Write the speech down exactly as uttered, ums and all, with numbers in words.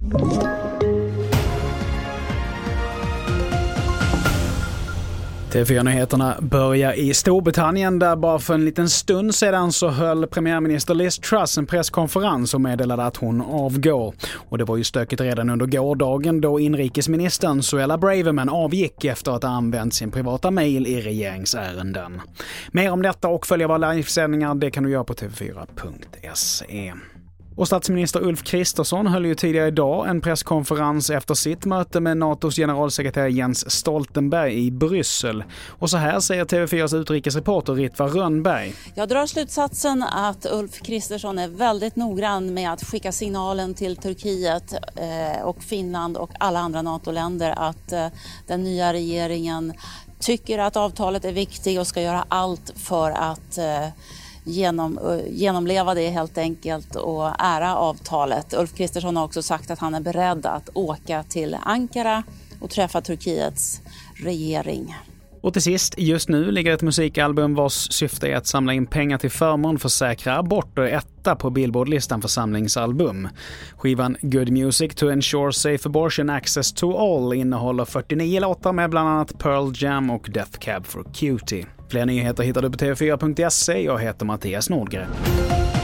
T V fyra-nyheterna börjar i Storbritannien där bara för en liten stund sedan så höll premiärminister Liz Truss en presskonferens och meddelade att hon avgår. Och det var ju stökigt redan under gårdagen då inrikesministern Suella Braverman avgick efter att ha använt sin privata mejl i regeringsärenden. Mer om detta och följa våra livesändningar det kan du göra på t v fyra punkt se. Och statsminister Ulf Kristersson höll ju tidigare idag en presskonferens efter sitt möte med NATOs generalsekreterare Jens Stoltenberg i Bryssel. Och så här säger T V fyras utrikesreporter Ritva Rönnberg. Jag drar slutsatsen att Ulf Kristersson är väldigt noggrann med att skicka signalen till Turkiet och Finland och alla andra NATO-länder att den nya regeringen tycker att avtalet är viktigt och ska göra allt för att Genom, genomleva det helt enkelt och ära avtalet. Ulf Kristersson har också sagt att han är beredd att åka till Ankara och träffa Turkiets regering. Och till sist, just nu ligger ett musikalbum vars syfte är att samla in pengar till förmån för säkra aborter etta på Billboard-listan för samlingsalbum. Skivan Good Music to Ensure Safe Abortion Access to All innehåller fyrtionio låtar med bland annat Pearl Jam och Death Cab for Cutie. Fler nyheter hittar du på t v fyra punkt se. Jag heter Mattias Nordgren.